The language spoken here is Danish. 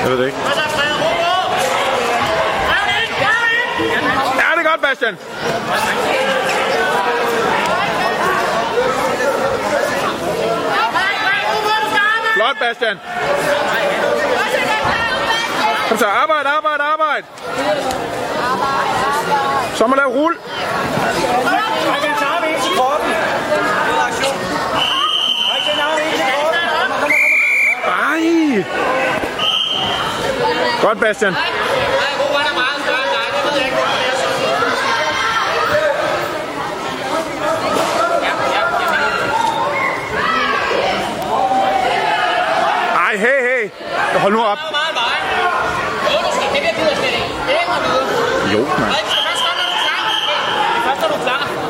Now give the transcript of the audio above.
Jeg ved det ikke. Ja, det er godt, Bastian. Flot, Bastian. Kom så, arbejde. Så må lave rul. Ej. Godt, Bastian. Ej, hey. Hold nu op. Jo, mand. Først når du er klar.